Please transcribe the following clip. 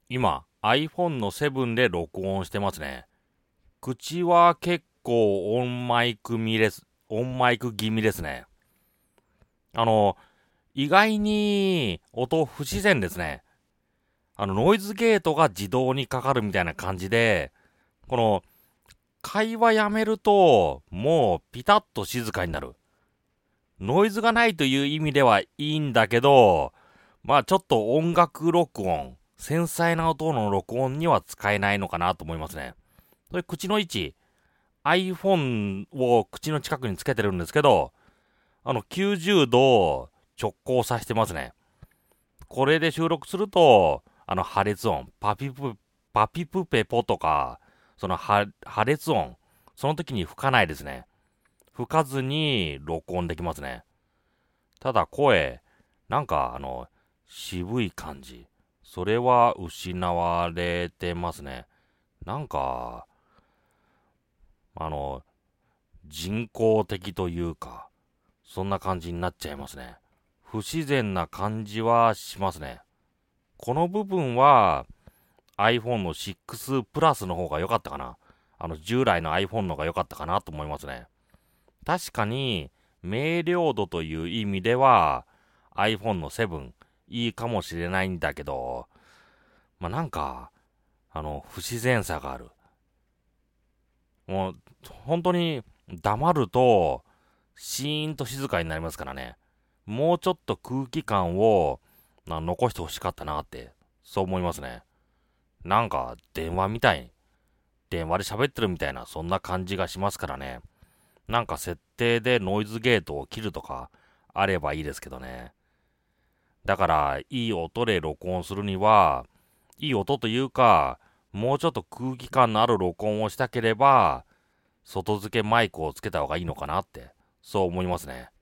今 iPhone の7で録音してますね。口は結構オンマイク気味ですね。あの、意外に音不自然ですね。ノイズゲートが自動にかかるみたいな感じで、この会話やめるともうピタッと静かになる。ノイズがないという意味ではいいんだけど、まあちょっと音楽録音、繊細な音の録音には使えないのかなと思いますね。それ口の位置、iPhone を口の近くにつけてるんですけど、90度直行させてますね。これで収録すると、破裂音、パピプペポとか、破裂音、その時に吹かないですね。吹かずに録音できますね。ただ声、なんか渋い感じ。それは失われてますね。なんか、あの、人工的というか、そんな感じになっちゃいますね。不自然な感じはしますね。この部分は iPhone の6プラスの方が良かったかな。従来の iPhone の方が良かったかなと思いますね。確かに、明瞭度という意味では iPhone の7いいかもしれないんだけど、まあ、なんか、不自然さがある。もう、本当に黙ると、シーンと静かになりますからね。もうちょっと空気感を残してほしかったなって、そう思いますね。なんか、電話で喋ってるみたいな、そんな感じがしますからね。なんか設定でノイズゲートを切るとか、あればいいですけどね。だから、いい音で録音するには、いい音というか、もうちょっと空気感のある録音をしたければ、外付けマイクをつけた方がいいのかなって、そう思いますね。